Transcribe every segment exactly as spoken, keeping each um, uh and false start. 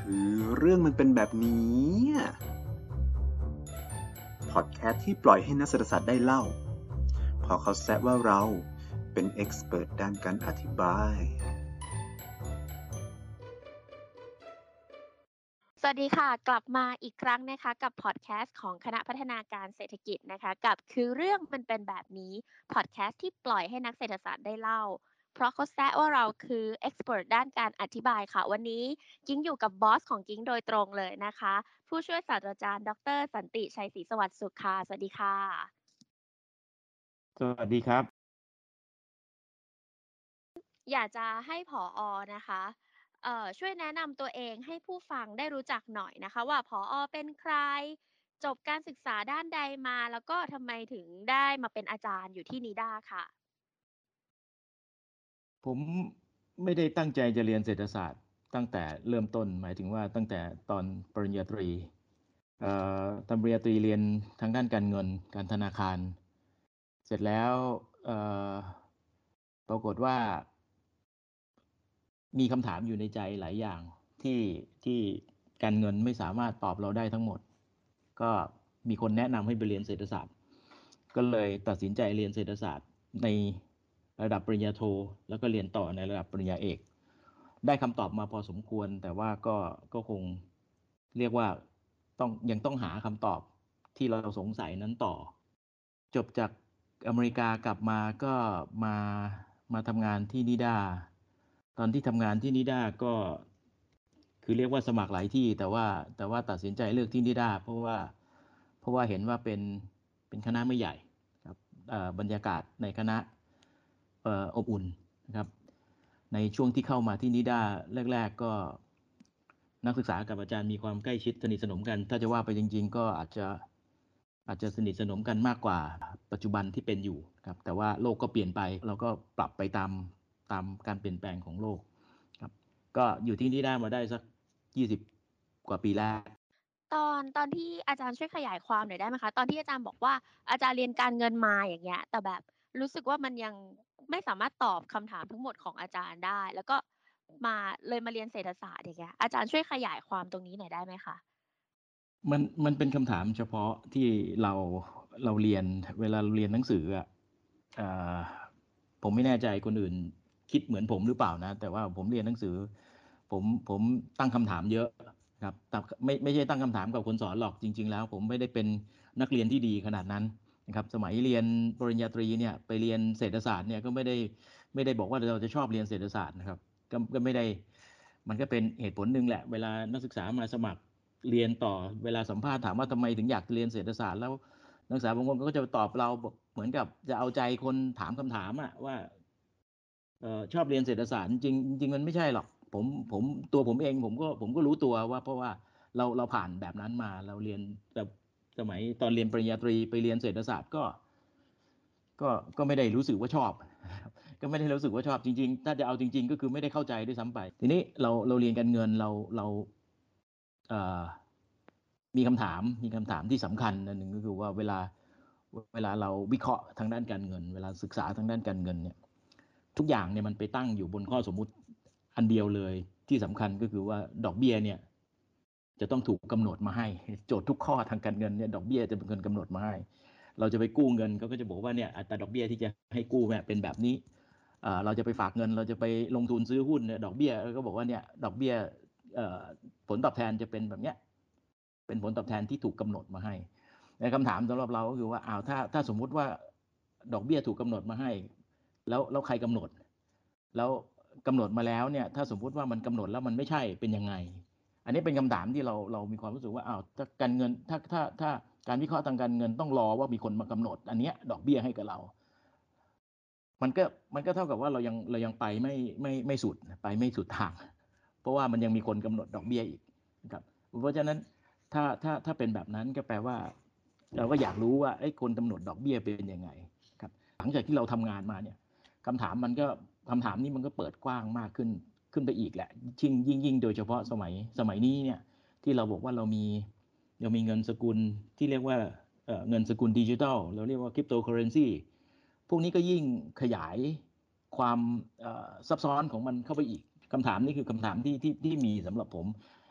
คือเรื่องมันเป็นแบบนี้พอดแคสต์ที่ปล่อยให้นักเศรษฐศาสตร์ได้เล่าพอเขาแซะว่าเราเป็นเอ็กซ์เพิร์ทด้านการอธิบายสวัสดีค่ะกลับมาอีกครั้งนะคะกับพอดแคสต์ของคณะพัฒนาการเศรษฐกิจนะคะกับคือเรื่องมันเป็นแบบนี้พอดแคสต์ที่ปล่อยให้นักเศรษฐศาสตร์ได้เล่าเพราะเขาแซะว่าเราคือเอ็กซ์เพิร์ทด้านการอธิบายค่ะวันนี้กิ้งอยู่กับบอสของกิ้งโดยตรงเลยนะคะผู้ช่วยศาสตราจารย์ดรสันติชัยศรีสวัสดิ์สุขค่ะสวัสดีค่ะสวัสดีครับอยากจะให้ผอนะคะเอ่อช่วยแนะนำตัวเองให้ผู้ฟังได้รู้จักหน่อยนะคะว่าผอเป็นใครจบการศึกษาด้านใดมาแล้วก็ทำไมถึงได้มาเป็นอาจารย์อยู่ที่นิด้าค่ะผมไม่ได้ตั้งใจจะเรียนเศรษฐศาสตร์ตั้งแต่เริ่มต้นหมายถึงว่าตั้งแต่ตอนปริญญาตรีเอ่อตอนปริญญาตรีเรียนทางด้านการเงินการธนาคารเสร็จแล้วเอ่อปรากฏว่ามีคำถามอยู่ในใจหลายอย่างที่ที่การเงินไม่สามารถตอบเราได้ทั้งหมดก็มีคนแนะนำให้ไปเรียนเศรษฐศาสตร์ก็เลยตัดสินใจเรียนเศรษฐศาสตร์ในระดับปริญญาโทแล้วก็เรียนต่อในระดับปริญญาเอกได้คำตอบมาพอสมควรแต่ว่าก็ก็คงเรียกว่าต้องยังต้องหาคำตอบที่เราสงสัยนั้นต่อจบจากอเมริกากลับมาก็มามาทำงานที่นิด้าตอนที่ทำงานที่นิด้าก็คือเรียกว่าสมัครหลายที่แต่ว่าแต่ว่าตัดสินใจเลือกที่นิด้าเพราะว่าเพราะว่าเห็นว่าเป็นเป็นคณะไม่ใหญ่ครับบรรยากาศในคณะอบอุ่นนะครับในช่วงที่เข้ามาที่นิด้าแรกๆก็นักศึกษากับอาจารย์มีความใกล้ชิดสนิทสนมกันถ้าจะว่าไปจริงๆก็อาจจะอาจจะสนิทสนมกันมากกว่าปัจจุบันที่เป็นอยู่ครับแต่ว่าโลกก็เปลี่ยนไปเราก็ปรับไปตามตามการเปลี่ยนแปลงของโลกครับก็อยู่ที่นิด้ามาได้สักยี่สิบกว่าปีแรกตอนตอนที่อาจารย์ช่วยขยายความหน่อยได้ไหมคะตอนที่อาจารย์บอกว่าอาจารย์เรียนการเงินมาอย่างเงี้ยแต่แบบรู้สึกว่ามันยังไม่สามารถตอบคำถามทั้งหมดของอาจารย์ได้แล้วก็มาเลยมาเรียนเศรษฐศาสตร์อย่างเงี้ยอาจารย์ช่วยขยายความตรงนี้หน่อยได้ไหมคะมันมันเป็นคำถามเฉพาะที่เราเราเรียนเวลาเราเรียนหนังสืออ่ะผมไม่แน่ใจคนอื่นคิดเหมือนผมหรือเปล่านะแต่ว่าผมเรียนหนังสือผมผมตั้งคำถามเยอะครับแต่ไม่ไม่ใช่ตั้งคำถามกับคนสอนหรอกจริงๆแล้วผมไม่ได้เป็นนักเรียนที่ดีขนาดนั้นนะครับสมัยเรียนปริญญาตรีเนี่ยไปเรียนเศรษฐศาสตร์เนี่ยก็ไม่ได้ไม่ได้บอกว่าเราจะชอบเรียนเศรษฐศาสตร์นะครับก็ก็ไม่ได้มันก็เป็นเหตุผลหนึ่งแหละเวลานักศึกษามาสมัครเรียนต่อเวลาสัมภาษณ์ถามว่าทำไมถึงอยากเรียนเศรษฐศาสตร์แล้วนักศึกษาบางคนก็จะตอบเราเหมือนกับจะเอาใจคนถามคำถามอะว่าชอบเรียนเศรษฐศาสตร์จริงจริงมันไม่ใช่หรอกผมผมตัวผมเองผมก็ผมก็รู้ตัวว่าเพราะว่าเราเราผ่านแบบนั้นมาเราเรียนแบบสมัยตอนเรียนปริญญาตรีไปเรียนเศรษฐศาสตร์ก็ก็ก็ไม่ได้รู้สึกว่าชอบก็ไม่ได้รู้สึกว่าชอบจริงๆถ้าจะเอาจริงๆก็คือไม่ได้เข้าใจด้วยซ้ำไปทีนี้เราเราเรียนการเงินเราเรามีคำถามมีคำถามที่สำคัญอันหนึ่งก็คือว่าเวลาเวลาเราวิเคราะห์ทางด้านการเงินเวลาศึกษาทางด้านการเงินเนี่ยทุกอย่างเนี่ยมันไปตั้งอยู่บนข้อสมมุติอันเดียวเลยที่สำคัญก็คือว่าดอกเบี้ยเนี่ยจะต้องถูกกำหนดมาให้โจทย์ทุกข้อทางการเงินเนี่ยดอกเบี้ยจะเป็นคนกำหนดมาให้เราจะไปกู้เงินเขาก็จะบอกว่าเนี่ยอัตราดอกเบี้ยที่จะให้กู้เนี่ยเป็นแบบนี้เราจะไปฝากเงินเราจะไปลงทุนซื้อหุ้นเนี่ยดอกเบี้ยก็บอกว่าเนี่ยดอกเบี้ยผลตอบแทนจะเป็นแบบเนี้ยเป็นผลตอบแทนที่ถูกกำหนดมาให้ในคำถามสำหรับเราก็คือว่าอ้าวถ้าถ้าสมมุติว่าดอกเบี้ยถูกกำหนดมาให้แล้วแล้วใครกำหนดแล้วกำหนดมาแล้วเนี่ยถ้าสมมุติว่ามันกำหนดแล้วมันไม่ใช่เป็นยังไงอันนี้เป็นคำถามที่เราเรามีความรู้สึกว่าอ้าวถ้าการเงินถ้าถ้าถ้าการวิเคราะห์ทางการเงินต้องรอว่ามีคนมากำหนดอันเนี้ยดอกเบี้ยให้กับเรามันก็มันก็เท่ากับว่าเรายังเรายังไปไม่ไม่ไม่สุดไปไม่สุดทางเพราะว่ามันยังมีคนกำหนดดอกเบี้ยอีกนะครับเพราะฉะนั้นถ้าถ้าถ้าเป็นแบบนั้นก็แปลว่าเราก็อยากรู้ว่าไอ้คนกำหนดดอกเบี้ยเป็นยังไงครับหลังจากที่เราทำงานมาเนี่ยคำถามมันก็คำถามนี้มันก็เปิดกว้างมากขึ้นขึ้นไปอีกแหละยิ่งยิ่งยิ่งโดยเฉพาะสมัยสมัยนี้เนี่ยที่เราบอกว่าเรามีเรามีเงินสกุลที่เรียกว่าเงินสกุลดิจิทัลเราเรียกว่าคริปโตเคอเรนซีพวกนี้ก็ยิ่งขยายความซับซ้อนของมันเข้าไปอีกคำถามนี้คือคำถามที่ที่ที่มีสำหรับผม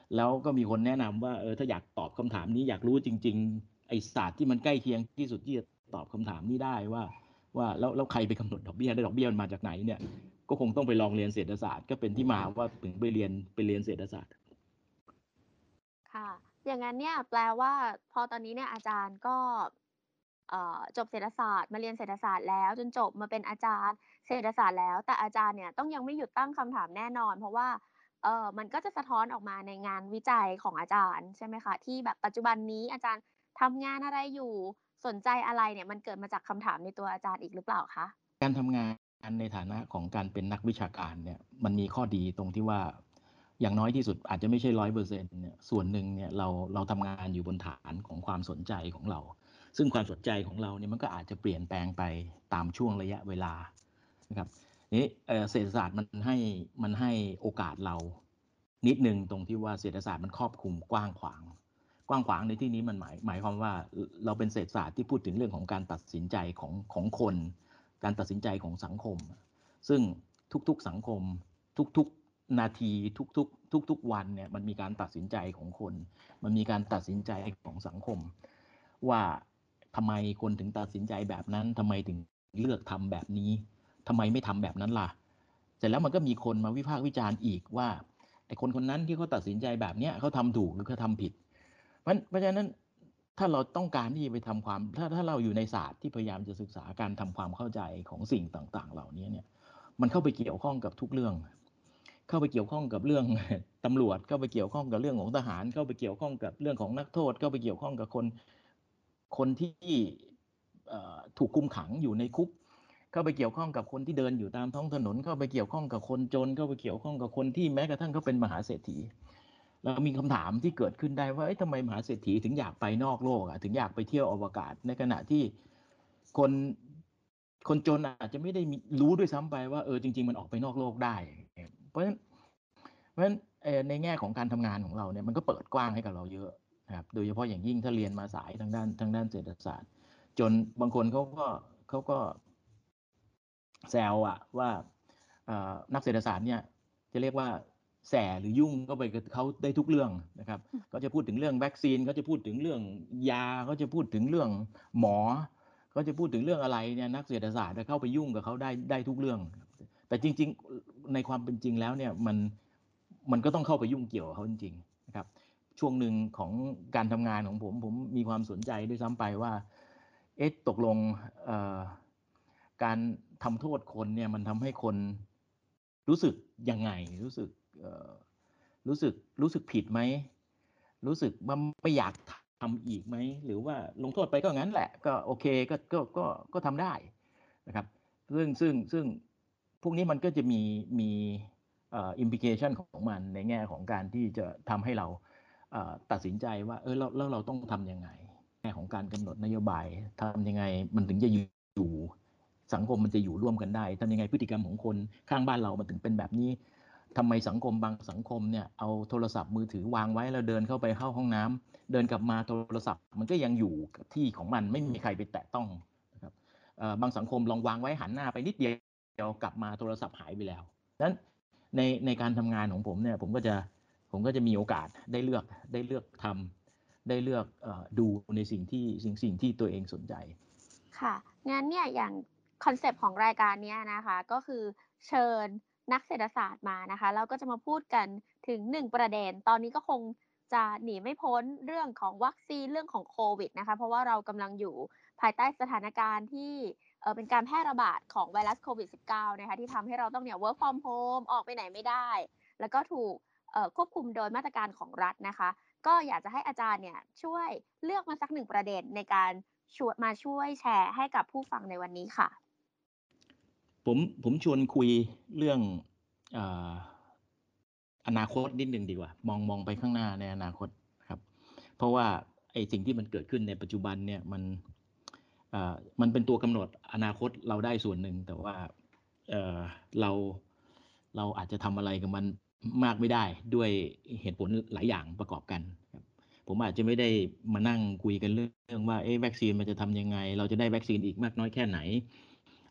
แล้วก็มีคนแนะนำว่าเออถ้าอยากตอบคำถามนี้อยากรู้จริงๆไอ้ศาสตร์ที่มันใกล้เคียงที่สุดที่จะตอบคำถามนี้ได้ว่าว่าแล้วแล้วใครไปกำหนดดอกเบี้ยได้ดอกเบี้ยมันมาจากไหนเนี่ยก็คงต้องไปลองเรียนเศรษฐศาสตร์ก็เป็นที่มาว่าถึงไปเรียนไปเรียนเศรษฐศาสตร์ค่ะอย่างนั้นเนี่ยแปลว่าพอตอนนี้เนี่ยอาจารย์ก็เอ่อจบเศรษฐศาสตร์มาเรียนเศรษฐศาสตร์แล้วจนจบมาเป็นอาจารย์เศรษฐศาสตร์แล้วแต่อาจารย์เนี่ยต้องยังไม่หยุดตั้งคำถามแน่นอนเพราะว่าเอ่อมันก็จะสะท้อนออกมาในงานวิจัยของอาจารย์ใช่ไหมคะที่แบบปัจจุบันนี้อาจารย์ทำงานอะไรอยู่สนใจอะไรเนี่ยมันเกิดมาจากคำถามในตัวอาจารย์อีกหรือเปล่าคะการทำงานในฐานะของการเป็นนักวิชาการเนี่ยมันมีข้อดีตรงที่ว่าอย่างน้อยที่สุดอาจจะไม่ใช่ร้อยเปอร์เซ็นต์เนี่ยส่วนหนึ่งเนี่ยเราเราทำงานอยู่บนฐานของความสนใจของเราซึ่งความสนใจของเราเนี่ยมันก็อาจจะเปลี่ยนแปลงไปตามช่วงระยะเวลานะครับนี่เศรษฐศาสตร์มันให้มันให้โอกาสเรานิดนึงตรงที่ว่าเศรษฐศาสตร์มันครอบคลุมกว้างขวางกว้างขวางในที่นี้มันหมายหมายความว่าเราเป็นเศรษฐศาสตร์ที่พูดถึงเรื่องของการตัดสินใจของของคนการตัดสินใจของสังคมซึ่งทุกๆสังคมทุกๆนาทีทุกๆทุกๆวันเนี่ยมันมีการตัดสินใจของคนมันมีการตัดสินใจของสังคมว่าทำไมคนถึงตัดสินใจแบบนั้นทำไมถึงเลือกทำแบบนี้ทำไมไม่ทำแบบนั้นล่ะเสร็จแล้วมันก็มีคนมาวิพากษ์วิจารณ์อีกว่าไอ้คนคนนั้นที่เขาตัดสินใจแบบนี้เขาทำถูกหรือเขาทำผิดเพราะฉะนั้นถ้าเราต้องการที่จะไปทำความถ้าถ้าเราอยู่ในศาสตร์ที่พยายามจะศึกษาการทำความเข้าใจของสิ่งต่างๆเหล่านี้เนี่ยมันเข้าไปเกี่ยวข้องกับทุกเรื่องเข้าไปเกี่ยวข้องกับเรื่องตำรวจเข้าไปเกี่ยวข้องกับเรื่องของทหารเข้าไปเกี่ยวข้องกับเรื่องของนักโทษเข้าไปเกี่ยวข้องกับคนคนที่ถูกคุมขังอยู่ในคุกเข้าไปเกี่ยวข้องกับคนที่เดินอยู่ตามท้องถนนเข้าไปเกี่ยวข้องกับคนจนเข้าไปเกี่ยวข้องกับคนที่แม้กระทั่งเขาเป็นมหาเศรษฐีแล้วมีคำถามที่เกิดขึ้นได้ว่าทำไมมหาเศรษฐีถึงอยากไปนอกโลกอ่ะถึงอยากไปเที่ยวอวกาศในขณะที่คนคนจนอาจจะไม่ได้รู้ด้วยซ้ำไปว่าเออจริงๆมันออกไปนอกโลกได้เพราะฉะนั้นเพราะฉะนั้นในแง่ของการทำงานของเราเนี่ยมันก็เปิดกว้างให้กับเราเยอะนะครับโดยเฉพาะอย่างยิ่งถ้าเรียนมาสายทางด้านทางด้านเศรษฐศาสตร์จนบางคนเขาก็เขาก็แซวอะว่านักเศรษฐศาสตร์เนี่ยจะเรียกว่าแสหรือยุ่งก็ไปกับเขาได้ทุกเรื่องนะครับเขาจะพูดถึงเรื่องวัคซีนเขาจะพูดถึงเรื่องยาเขาจะพูดถึงเรื่องหมอเขาจะพูดถึงเรื่องอะไรเนี่ยนักเศรษฐศาสตร์จะเข้าไปยุ่งกับเขาได้ได้ทุกเรื่องแต่จริงๆในความเป็นจริงแล้วเนี่ยมันมันก็ต้องเข้าไปยุ่งเกี่ยวกับเขาจริงๆนะครับช่วงหนึ่งของการทำงานของผมผมมีความสนใจด้วยซ้ำไปว่าเอ๊ะตกลงการทำโทษคนเนี่ยมันทำให้คนรู้สึกยังไงรู้สึกรู้สึกรู้สึกผิดไหมรู้สึกว่าไม่อยากทำอีกไหมหรือว่าลงโทษไปก็งั้นแหละก็โอเคก็ก็ก็ก็ทำได้นะครับซึ่งซึ่งซึ่งพวกนี้มันก็จะมีมีเอ่อ implication ของมันในแง่ของการที่จะทำให้เราตัดสินใจว่าเออแล้วแล้วเราต้องทำยังไงแง่ของการกำหนดนโยบายทำยังไงมันถึงจะอยู่สังคมมันจะอยู่ร่วมกันได้ทำยังไงพฤติกรรมของคนข้างบ้านเรามันถึงเป็นแบบนี้ทำไมสังคมบางสังคมเนี่ยเอาโทรศัพท์มือถือวางไว้แล้วเดินเข้าไปเข้าห้องน้ำเดินกลับมาโทรศัพท์มันก็ยังอยู่กับที่ของมันไม่มีใครไปแตะต้องนะครับบางสังคมลองวางไว้หันหน้าไปนิดเดียวกลับมาโทรศัพท์หายไปแล้วนั้นในในการทำงานของผมเนี่ยผมก็จะผมก็จะมีโอกาสได้เลือกได้เลือกทำได้เลือกดูในสิ่งที่สิ่งสิ่งที่ตัวเองสนใจค่ะงั้นเนี่ยอย่างคอนเซปต์ของรายการนี้นะคะก็คือเชิญนักเศรษฐศาสตร์มานะคะแล้วก็จะมาพูดกันถึงหนึ่งประเด็นตอนนี้ก็คงจะหนีไม่พ้นเรื่องของวัคซีนเรื่องของโควิดนะคะเพราะว่าเรากำลังอยู่ภายใต้สถานการณ์ที่เอ่อเป็นการแพร่ระบาดของไวรัสโควิด สิบเก้า นะคะที่ทำให้เราต้องเนี่ย work from home ออกไปไหนไม่ได้แล้วก็ถูกเอ่อควบคุมโดยมาตรการของรัฐนะคะก็อยากจะให้อาจารย์เนี่ยช่วยเลือกมาสักหนึ่งประเด็นในการชวนมาช่วยแชร์ให้กับผู้ฟังในวันนี้ค่ะผมผมชวนคุยเรื่องเอ่ออนาคตนิดนึงดีกว่ามองมองไปข้างหน้าในอนาคตครับเพราะว่าไอ้สิ่งที่มันเกิดขึ้นในปัจจุบันเนี่ยมันเอ่อมันเป็นตัวกำหนดอนาคตเราได้ส่วนหนึ่งแต่ว่าเอ่อเราเราอาจจะทำอะไรกับมันมากไม่ได้ด้วยเหตุผลหลายอย่างประกอบกันครับผมอาจจะไม่ได้มานั่งคุยกันเรื่องว่าเอ๊ะวัคซีนมันจะทำยังไงเราจะได้วัคซีนอีกมากน้อยแค่ไหน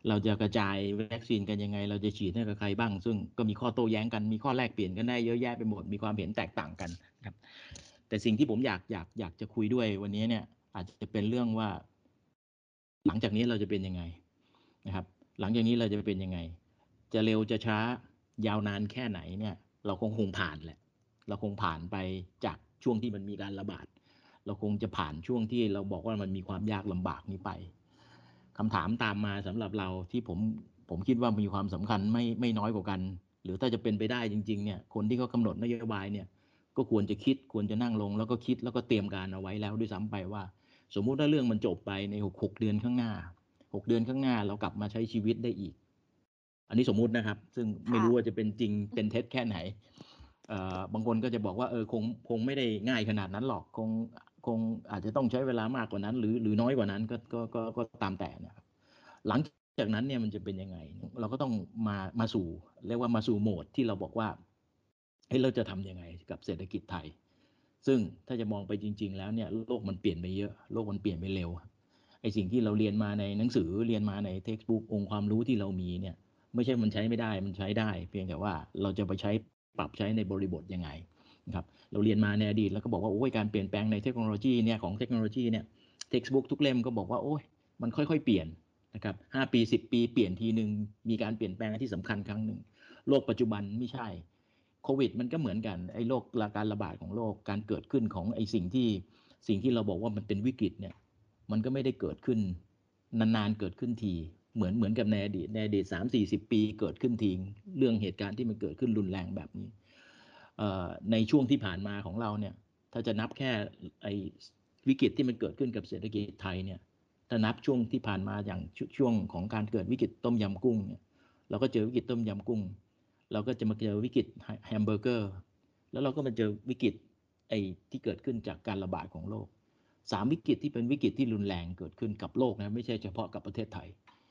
เราจะกระจายวัคซีนกันยังไงเราจะฉีดให้กับใครบ้างซึ่งก็มีข้อโต้แย้งกันมีข้อแลกเปลี่ยนกันได้เยอะแยะไปหมดมีความเห็นแตกต่างกันครับแต่สิ่งที่ผมอยากอยากอยากจะคุยด้วยวันนี้เนี่ยอาจจะเป็นเรื่องว่าหลังจากนี้เราจะเป็นยังไงนะครับหลังจากนี้เราจะเป็นยังไงจะเร็วจะช้ายาวนานแค่ไหนเนี่ยเราคงคงผ่านแหละเราคงผ่านไปจากช่วงที่มันมีการระบาดเราคงจะผ่านช่วงที่เราบอกว่ามันมีความยากลำบากนี้ไปคำถามตามมาสำหรับเราที่ผมผมคิดว่ามีความสำคัญไม่ไม่น้อยกว่ากันหรือถ้าจะเป็นไปได้จริงๆเนี่ยคนที่เขากำหนดนโยบายเนี่ยก็ควรจะคิดควรจะนั่งลงแล้วก็คิดแล้วก็เตรียมการเอาไว้แล้วด้วยซ้ำไปว่าสมมุติถ้าเรื่องมันจบไปในหก หกเดือนข้างหน้าหกเดือนข้างหน้าเรากลับมาใช้ชีวิตได้อีกอันนี้สมมุตินะครับซึ่งไม่รู้ว่าจะเป็นจริงเป็นเท็จแค่ไหนบางคนก็จะบอกว่าเออคงคงไม่ได้ง่ายขนาดนั้นหรอกคงคงอาจจะต้องใช้เวลามากกว่านั้นหรือหรือน้อยกว่านั้นก็ก็ก็ก็ตามแต่นะครับหลังจากนั้นเนี่ยมันจะเป็นยังไงเราก็ต้องมามาสู่เรียกว่ามาสู่โหมดที่เราบอกว่าเฮ้ยเราจะทำยังไงกับเศรษฐกิจไทยซึ่งถ้าจะมองไปจริงๆแล้วเนี่ยโลกมันเปลี่ยนไปเยอะโลกมันเปลี่ยนไปเร็วไอ้สิ่งที่เราเรียนมาในหนังสือเรียนมาในเท็กซ์บุ๊กองค์ความรู้ที่เรามีเนี่ยไม่ใช่มันใช้ไม่ได้มันใช้ได้เพียงแต่ว่าเราจะไปใช้ปรับใช้ในบริบทยังไงนะครับเราเรียนมาในอดีตแล้วก็บอกว่าโอ้ยการเปลี่ยนแปลงในเทคโนโลยีเนี่ยของเทคโนโลยีเนี่ยเท็กซ์บุ๊กทุกเล่มก็บอกว่าโอ้ยมันค่อยๆเปลี่ยนนะครับห้าปีสิบปีเปลี่ยนทีนึงมีการเปลี่ยนแปลงที่สำคัญครั้งหนึ่งโลกปัจจุบันไม่ใช่โควิดมันก็เหมือนกันไอ้โรคการระบาดของโรคการเกิดขึ้นของไอ้สิ่งที่สิ่งที่เราบอกว่ามันเป็นวิกฤตเนี่ยมันก็ไม่ได้เกิดขึ้นนานๆเกิดขึ้นทีเหมือนเหมือนกับในอดีตในอดีตสามสี่สิบปีเกิดขึ้นทีเรื่องเหตุการณ์ที่มันเกิดขึ้นรุนแรงแบบนี้ในช่วงที่ผ่านมาของเราเนี่ยถ้าจะนับแค่ไอ้วิกฤตที่มันเกิดขึ้นกับเศรษฐกิจไทยเนี่ยถ้านับช่วงที่ผ่านมาอย่างช่วงของการเกิดวิกฤตต้มยำกุ้งเนี่ยเราก็เจอวิกฤตต้มยำกุ้งเราก็จะมาเจอวิกฤตแฮมเบอร์เกอร์แล้วเราก็มาเจอวิกฤตไอ้ที่เกิดขึ้นจากการระบาดของโรคสามวิกฤตที่เป็นวิกฤตที่รุนแรงเกิดขึ้นกับโลกนะไม่ใช่เฉพาะกับประเทศไทย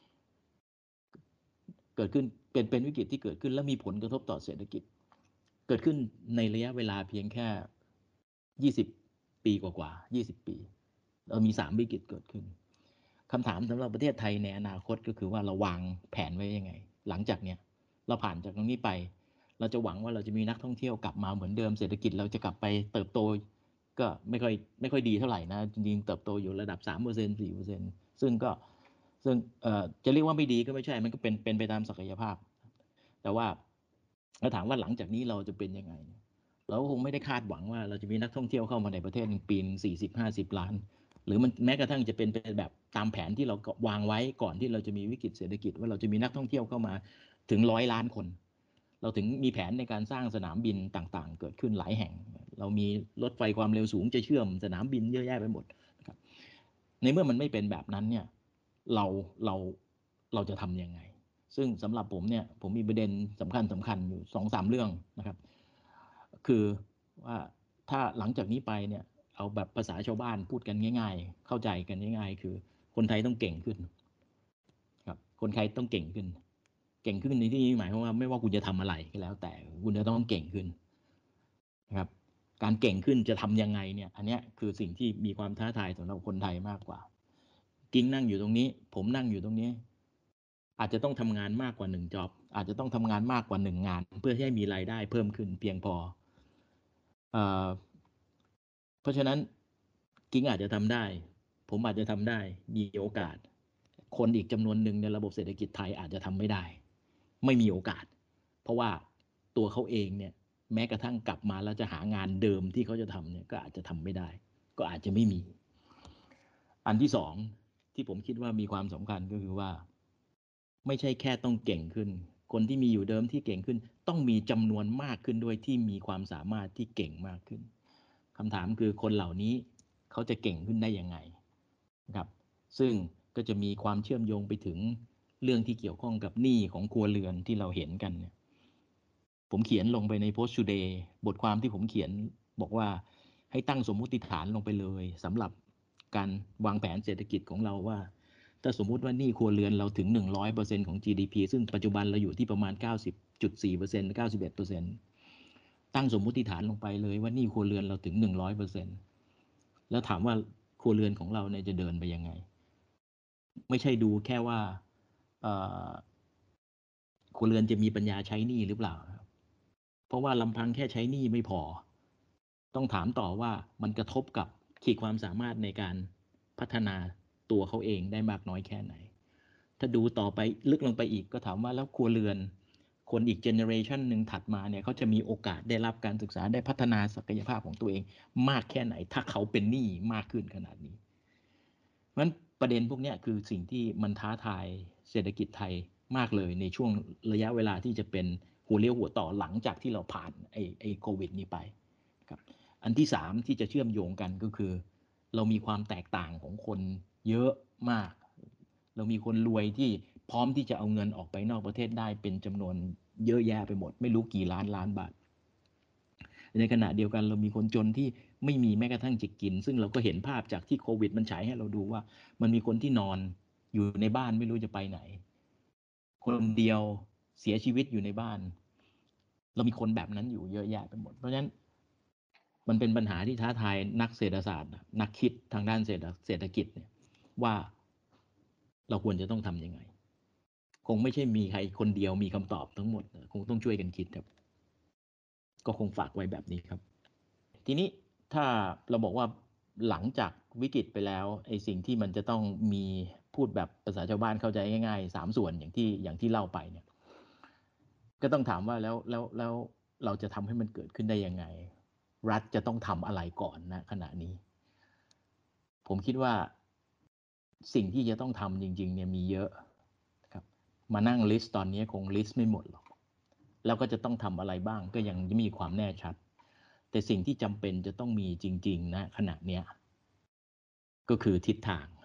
เกิดขึ้นเป็นเป็นวิกฤตที่เกิดขึ้นและมีผลกระทบต่อเศรษฐกิจเกิดขึ้นในระยะเวลาเพียงแค่ยี่สิบปีกว่าๆยี่สิบปีเรามีสามวิกฤตเกิดขึ้นคำถามสำหรับประเทศไทยในอนาคตก็คือว่าเราวางแผนไว้ยังไงหลังจากเนี้ยเราผ่านจากตรงนี้ไปเราจะหวังว่าเราจะมีนักท่องเที่ยวกลับมาเหมือนเดิมเศรษฐกิจเราจะกลับไปเติบโตก็ไม่ค่อยไม่ค่อยดีเท่าไหร่นะจริงๆเติบโตอยู่ระดับ สามเปอร์เซ็นต์ สี่เปอร์เซ็นต์ ซึ่งก็ซึ่งเอ่อจะเรียกว่าไม่ดีก็ไม่ใช่มันก็เป็นเป็นไปตามศักยภาพแต่ว่าเราถามว่าหลังจากนี้เราจะเป็นยังไงเราคงไม่ได้คาดหวังว่าเราจะมีนักท่องเที่ยวเข้ามาในประเทศหนึ่งปีนึงสี่สิบ ห้าสิบล้านหรือมันแม้กระทั่งจะเป็นแบบตามแผนที่เราวางไว้ก่อนที่เราจะมีวิกฤตเศรษฐกิจว่าเราจะมีนักท่องเที่ยวเข้ามาถึงร้อยล้านคนเราถึงมีแผนในการสร้างสนามบินต่างๆเกิดขึ้นหลายแห่งเรามีรถไฟความเร็วสูงจะเชื่อมสนามบินเยอะแยะไปหมดนะครับในเมื่อมันไม่เป็นแบบนั้นเนี่ยเราเราเราจะทำยังไงซึ่งสำหรับผมเนี่ยผมมีประเด็นสำคัญสำคัญอยู่สองสามเรื่องนะครับคือว่าถ้าหลังจากนี้ไปเนี่ยเอาแบบภาษาชาวบ้านพูดกันง่ายๆเข้าใจกันง่ายๆคือคนไทยต้องเก่งขึ้นครับคนไทยต้องเก่งขึ้นเก่งขึ้นในที่นี้หมายความว่าไม่ว่าคุณจะทำอะไรก็แล้วแต่คุณจะต้องเก่งขึ้นนะครับการเก่งขึ้นจะทำยังไงเนี่ยอันนี้คือสิ่งที่มีความท้าทายสำหรับคนไทยมากกว่ากิ๊งนั่งอยู่ตรงนี้ผมนั่งอยู่ตรงนี้อาจจะต้องทำงานมากกว่าหนึ่งจ็อบอาจจะต้องทำงานมากกว่าหนึ่งงานเพื่อให้มีรายได้เพิ่มขึ้นเพียงพอเอ่อเพราะฉะนั้นกิ๊งอาจจะทำได้ผมอาจจะทำได้มีโอกาสคนอีกจำนวนหนึ่งในระบบเศรษฐกิจไทยอาจจะทำไม่ได้ไม่มีโอกาสเพราะว่าตัวเขาเองเนี่ยแม้กระทั่งกลับมาแล้วจะหางานเดิมที่เขาจะทำเนี่ยก็อาจจะทำไม่ได้ก็อาจจะไม่มีอันที่สองที่ผมคิดว่ามีความสำคัญก็คือว่าไม่ใช่แค่ต้องเก่งขึ้นคนที่มีอยู่เดิมที่เก่งขึ้นต้องมีจำนวนมากขึ้นด้วยที่มีความสามารถที่เก่งมากขึ้นคำถามคือคนเหล่านี้เขาจะเก่งขึ้นได้ยังไงครับซึ่งก็จะมีความเชื่อมโยงไปถึงเรื่องที่เกี่ยวข้องกับหนี้ของครัวเรือนที่เราเห็นกันเนี่ยผมเขียนลงไปใน Post Today บทความที่ผมเขียนบอกว่าให้ตั้งสมมุติฐานลงไปเลยสำหรับการวางแผนเศรษฐกิจของเราว่าถ้าสมมุติว่าหนี้ครัวเรือนเราถึง หนึ่งร้อยเปอร์เซ็นต์ ของ จี ดี พี ซึ่งปัจจุบันเราอยู่ที่ประมาณ เก้าสิบจุดสี่เปอร์เซ็นต์ เก้าสิบเอ็ดเปอร์เซ็นต์ ตั้งสมมุติฐานลงไปเลยว่าหนี้ครัวเรือนเราถึง หนึ่งร้อยเปอร์เซ็นต์ แล้วถามว่าครัวเรือนของเราเนี่ยจะเดินไปยังไงไม่ใช่ดูแค่ว่าครัวเรือนจะมีปัญญาใช้หนี้หรือเปล่าเพราะว่าลำพังแค่ใช้หนี้ไม่พอต้องถามต่อว่ามันกระทบกับขีดความสามารถในการพัฒนาตัวเขาเองได้มากน้อยแค่ไหนถ้าดูต่อไปลึกลงไปอีกก็ถามว่าแล้วครัวเรือนคนอีกเจเนอเรชันหนึ่งถัดมาเนี่ยเขาจะมีโอกาสได้รับการศึกษาได้พัฒนาศักยภาพของตัวเองมากแค่ไหนถ้าเขาเป็นหนี้มากขึ้นขนาดนี้เพราะฉะนั้นประเด็นพวกนี้คือสิ่งที่มันท้าทายเศรษฐกิจไทยมากเลยในช่วงระยะเวลาที่จะเป็นหัวเลี้ยวหัวต่อหลังจากที่เราผ่านไอ้ไอ้โควิดนี้ไปครับอันที่สามที่จะเชื่อมโยงกันก็คือเรามีความแตกต่างของคนเยอะมากเรามีคนรวยที่พร้อมที่จะเอาเงินออกไปนอกประเทศได้เป็นจำนวนเยอะแยะไปหมดไม่รู้กี่ล้านล้านบาทในขณะเดียวกันเรามีคนจนที่ไม่มีแม้กระทั่งจะกินซึ่งเราก็เห็นภาพจากที่โควิดมันฉายให้เราดูว่ามันมีคนที่นอนอยู่ในบ้านไม่รู้จะไปไหนคนเดียวเสียชีวิตอยู่ในบ้านเรามีคนแบบนั้นอยู่เยอะแยะไปหมดเพราะฉะนั้นมันเป็นปัญหาที่ท้าทายนักเศรษฐศาสตร์นักคิดทางด้านเศรษฐกิจเนี่ยว่าเราควรจะต้องทำยังไงคงไม่ใช่มีใครคนเดียวมีคำตอบทั้งหมดคงต้องช่วยกันคิดครับก็คงฝากไว้แบบนี้ครับทีนี้ถ้าเราบอกว่าหลังจากวิกฤตไปแล้วไอ้สิ่งที่มันจะต้องมีพูดแบบภาษาชาวบ้านเข้าใจง่ายๆสามส่วนอย่างที่อย่างที่เล่าไปเนี่ยก็ต้องถามว่าแล้วแล้วแล้วเราจะทำให้มันเกิดขึ้นได้ยังไงรัฐจะต้องทำอะไรก่อนนะขณะนี้ผมคิดว่าสิ่งที่จะต้องทำจริงๆเนี่ยมีเยอะครับมานั่งลิสต์ตอนนี้คงลิสต์ไม่หมดหรอกแล้วก็จะต้องทำอะไรบ้างก็ยังไม่มีความแน่ชัดแต่สิ่งที่จำเป็นจะต้องมีจริงๆนะขณะนี้ก็คือทิศทาง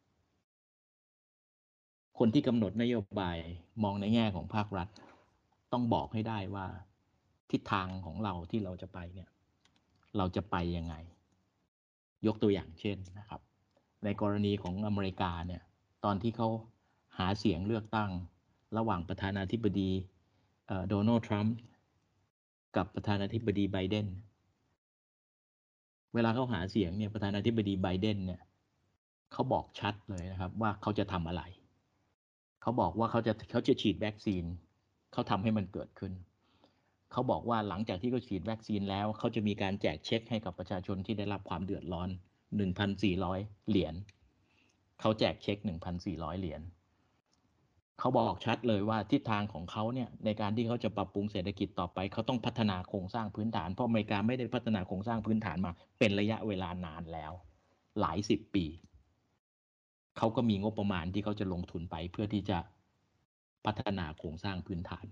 คนที่กำหนดนโยบายมองในแง่ของภาครัฐต้องบอกให้ได้ว่าทิศทางของเราที่เราจะไปเนี่ยเราจะไปยังไงยกตัวอย่างเช่นนะครับในกรณีของอเมริกาเนี่ยตอนที่เขาหาเสียงเลือกตั้งระหว่างประธานาธิบดีโดนัลด์ทรัมป์กับประธานาธิบดีไบเดนเวลาเขาหาเสียงเนี่ยประธานาธิบดีไบเดนเนี่ยเขาบอกชัดเลยนะครับว่าเขาจะทำอะไรเขาบอกว่าเขาจะเขาจะฉีดวัคซีนเขาทำให้มันเกิดขึ้นเขาบอกว่าหลังจากที่เขาฉีดวัคซีนแล้วเขาจะมีการแจกเช็คให้กับประชาชนที่ได้รับความเดือดร้อน หนึ่งพันสี่ร้อย เหรียญเขาแจกเช็ค หนึ่งพันสี่ร้อย เหรียญเขาบอกชัดเลยว่าทิศทางของเขาเนี่ยในการที่เขาจะปรับปรุงเศรษฐกิจต่อไปเขาต้องพัฒนาโครงสร้างพื้นฐานเพราะอเมริกาไม่ได้พัฒนาโครงสร้างพื้นฐานมาเป็นระยะเวลานานแล้วหลายสิบปีเขาก็มีงบประมาณที่เขาจะลงทุนไปเพื่อที่จะพัฒนาโครงสร้างพื้นฐาน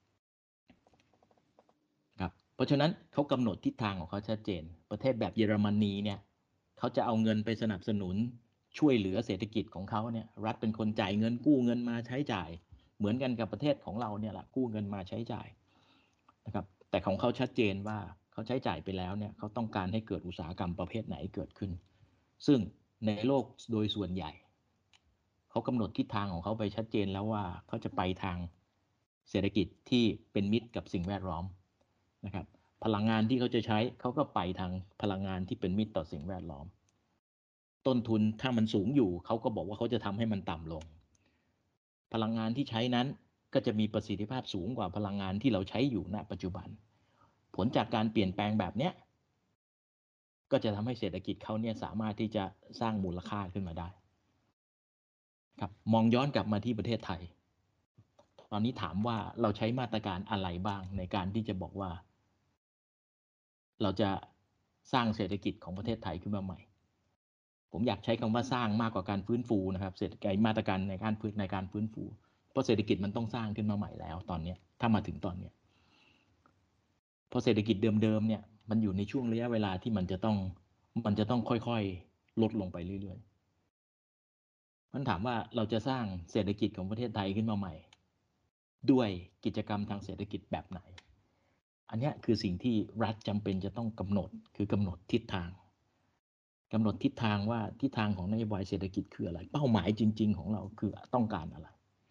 ครับเพราะฉะนั้นเขากำหนดทิศทางของเขาชัดเจนประเทศแบบเยอรมนีเนี่ยเขาจะเอาเงินไปสนับสนุนช่วยเหลือเศรษฐกิจของเขาเนี่ยรัฐเป็นคนจ่ายเงินกู้เงินมาใช้จ่ายเหมือนกันกับประเทศของเราเนี่ยแหละกู้เงินมาใช้จ่ายนะครับแต่ของเขาชัดเจนว่าเขาใช้จ่ายไปแล้วเนี่ยเขาต้องการให้เกิดอุตสาหกรรมประเภทไหนเกิดขึ้นซึ่งในโลกโดยส่วนใหญ่เขากำหนดทิศทางของเขาไปชัดเจนแล้วว่าเขาจะไปทางเศรษฐกิจที่เป็นมิตรกับสิ่งแวดล้อมนะครับพลังงานที่เขาจะใช้เขาก็ไปทางพลังงานที่เป็นมิตรต่อสิ่งแวดล้อมต้นทุนถ้ามันสูงอยู่เขาก็บอกว่าเขาจะทำให้มันต่ำลงพลังงานที่ใช้นั้นก็จะมีประสิทธิภาพสูงกว่าพลังงานที่เราใช้อยู่ณปัจจุบันผลจากการเปลี่ยนแปลงแบบนี้ก็จะทำให้เศรษฐกิจเขาเนี่ยสามารถที่จะสร้างมูลค่าขึ้นมาได้ครับมองย้อนกลับมาที่ประเทศไทยตอนนี้ถามว่าเราใช้มาตรการอะไรบ้างในการที่จะบอกว่าเราจะสร้างเศรษฐกิจของประเทศไทยขึ้นมาใหม่ผมอยากใช้คำว่าสร้างมากกว่าการฟื้นฟูนะครับเศรษฐกิจมาตรการในการฟื้นในการฟื้นฟูเพราะเศรษฐกิจมันต้องสร้างขึ้นมาใหม่แล้วตอนนี้ถ้ามาถึงตอนนี้เพราะเศรษฐกิจเดิมๆเนี่ยมันอยู่ในช่วงระยะเวลาที่มันจะต้องมันจะต้องค่อยๆลดลงไปเรื่อยๆมันถามว่าเราจะสร้างเศรษฐกิจของประเทศไทยขึ้นมาใหม่ด้วยกิจกรรมทางเศรษฐกิจแบบไหนอันนี้คือสิ่งที่รัฐจำเป็นจะต้องกำหนดคือกำหนดทิศทางกำหนดทิศทางว่าทิศทางของนโยบายเศรษฐกิจคืออะไรเป้าหมายจริงๆของเราคือต้องการอะไร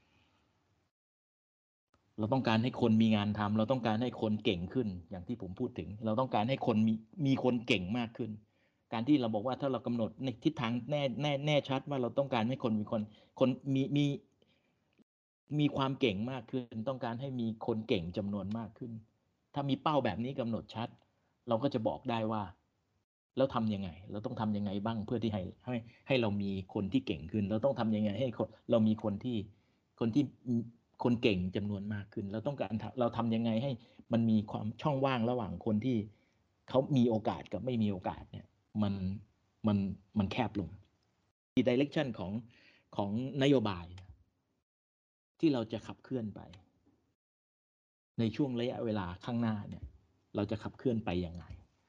เราต้องการให้คนมีงานทำเราต้องการให้คนเก่งขึ้นอย่างที่ผมพูดถึงเราต้องการให้คนมีมีคนเก่งมากขึ้นการที่เราบอกว่าถ้าเรากำหนดในทิศทางแน่แน่แน่ชัดว่าเราต้องการให้คนมีคนคนมีมีมีความเก่งมากขึ้นต้องการให้มีคนเก่งจำนวนมากขึ้นถ้ามีเป้าแบบนี้กำหนดชัดเราก็จะบอกได้ว่าแล้วทำยังไงเราต้องทำยังไงบ้างเพื่อที่ให้ให้ให้เรามีคนที่เก่งขึ้นเราต้องทำยังไงให้เรามีคนที่คนที่คนเก่งจำนวนมากขึ้นเราต้องการเราทำยังไงให้มันมีความช่องว่างระหว่างคนที่เขามีโอกาสกับไม่มีโอกาสเนี่ยมันมันมันแคบลงที่ direction ของของนโยบายที่เราจะขับเคลื่อนไปในช่วงระยะเวลาข้างหน้าเนี่ยเราจะขับเคลื่อนไปยังไง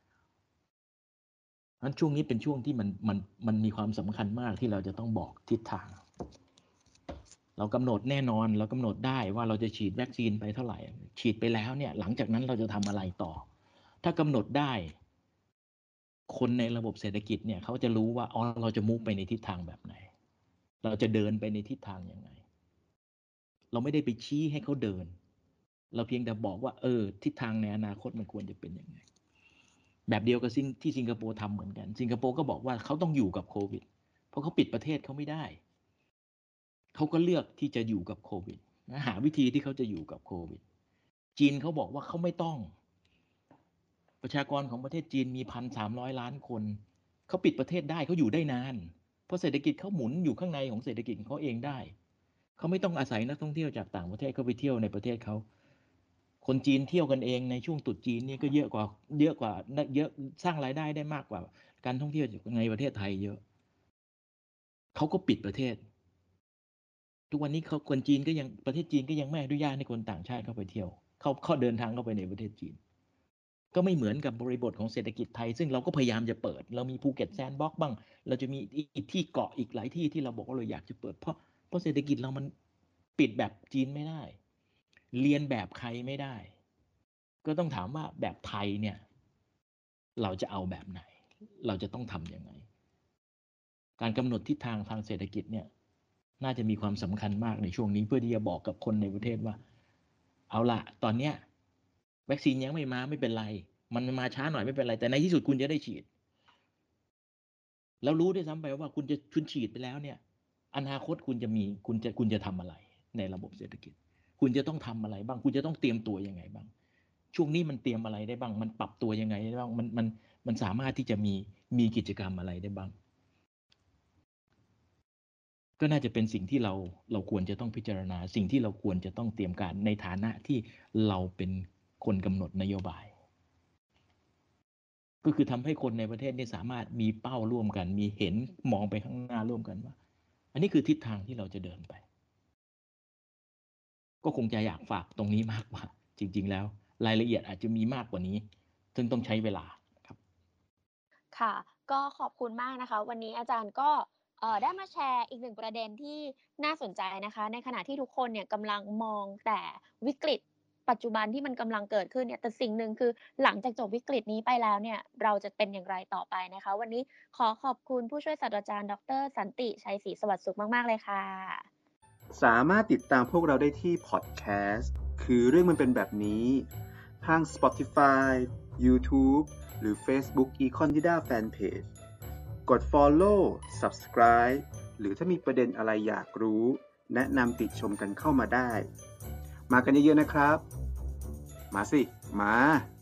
งั้นช่วงนี้เป็นช่วงที่มันมันมันมีความสำคัญมากที่เราจะต้องบอกทิศทางเรากำหนดแน่นอนเรากำหนดได้ว่าเราจะฉีดวัคซีนไปเท่าไหร่ฉีดไปแล้วเนี่ยหลังจากนั้นเราจะทำอะไรต่อถ้ากำหนดได้คนในระบบเศรษฐกิจเนี่ยเขาจะรู้ว่าอ๋อเราจะมุ่งไปในทิศทางแบบไหนเราจะเดินไปในทิศทางยังไงเราไม่ได้ไปชี้ให้เขาเดินเราเพียงแต่บอกว่าเออทิศทางในอนาคตมันควรจะเป็นยังไงแบบเดียวกับที่สิงคโปร์ทำเหมือนกันสิงคโปร์ก็บอกว่าเขาต้องอยู่กับโควิดเพราะเขาปิดประเทศเขาไม่ได้เขาก็เลือกที่จะอยู่กับโควิดหาวิธีที่เขาจะอยู่กับโควิดจีนเขาบอกว่าเขาไม่ต้องประชากรของประเทศจีนมีพันสามร้อยล้านคนเขาปิดประเทศได้เขาอยู่ได้นานเพราะเศรษฐกิจเขาหมุนอยู่ข้างในของเศรษฐกิจของเขาเองได้เขาไม่ต้องอาศัยนักท่องเที่ยวจากต่างประเทศเขาไปเที่ยวในประเทศเขาคนจีนเที่ยวกันเองในช่วงตรุษจีนนี่ก็เยอะกว่าเยอะกว่าเยอะสร้างรายได้ได้มากกว่าการท่องเที่ยวในประเทศไทยเยอะเขาก็ปิดประเทศทุกวันนี้เขาคนจีนก็ยังประเทศจีนก็ยังไม่อนุญาตให้คนต่างชาติเข้าไปเที่ยวเขาเขาเดินทางเข้าไปในประเทศจีนก็ไม่เหมือนกับบริบทของเศรษฐกิจไทยซึ่งเราก็พยายามจะเปิดเรามีภูเก็ตแซนด์บ็อกซ์บ้างเราจะมีอีกที่เกาะอีกหลายที่ที่เราบอกว่าเราอยากจะเปิดเพราะเพราะเศรษฐกิจเรามันปิดแบบจีนไม่ได้เรียนแบบใครไม่ได้ก็ต้องถามว่าแบบไทยเนี่ยเราจะเอาแบบไหนเราจะต้องทำยังไงการกำหนดทิศทางทางเศรษฐกิจเนี่ยน่าจะมีความสำคัญมากในช่วงนี้เพื่อที่จะบอกกับคนในประเทศว่าเอาละตอนเนี้ยวัคซีนยังไม่มาไม่เป็นไรมันมาช้าหน่อยไม่เป็นไรแต่ในที่สุดคุณจะได้ฉีดแล้วรู้ด้วยซ้ำไปว่าคุณจะคุณฉีดไปแล้วเนี่ยอนาคตคุณจะมีคุณจะคุณจะทำอะไรในระบบเศรษฐกิจคุณจะต้องทำอะไรบ้างคุณจะต้องเตรียมตัวยังไงบ้างช่วงนี้มันเตรียมอะไรได้บ้างมันปรับตัวยังไงได้บ้างมันมันมันสามารถที่จะมีมีกิจกรรมอะไรได้บ้างก็น่าจะเป็นสิ่งที่เราเราควรจะต้องพิจารณาสิ่งที่เราควรจะต้องเตรียมการในฐานะที่เราเป็นคนกำหนดนโยบายก็คือทำให้คนในประเทศนี้สามารถมีเป้าร่วมกันมีเห็นมองไปข้างหน้าร่วมกันว่าอันนี้คือทิศทางที่เราจะเดินไปก็คงจะอยากฝากตรงนี้มากกว่าจริงๆแล้วรายละเอียดอาจจะมีมากกว่านี้ซึ่งต้องใช้เวลาครับค่ะก็ขอบคุณมากนะคะวันนี้อาจารย์ก็เอ่อได้มาแชร์อีกหนึ่งประเด็นที่น่าสนใจนะคะในขณะที่ทุกคนเนี่ยกำลังมองแต่วิกฤตปัจจุบันที่มันกำลังเกิดขึ้นเนี่ยแต่สิ่งหนึ่งคือหลังจากจบวิกฤตนี้ไปแล้วเนี่ยเราจะเป็นอย่างไรต่อไปนะคะวันนี้ขอขอบคุณผู้ช่วยศาสตราจารย์ดรสันติชัยศรีสวัสดิ์สุขมากๆเลยค่ะสามารถติดตามพวกเราได้ที่พอดแคสต์คือเรื่องมันเป็นแบบนี้ทาง Spotify YouTube หรือ Facebook Econdida Fanpage กด Follow Subscribe หรือถ้ามีประเด็นอะไรอยากรู้แนะนำติชมกันเข้ามาได้มากันเยอะๆนะครับมาสิมา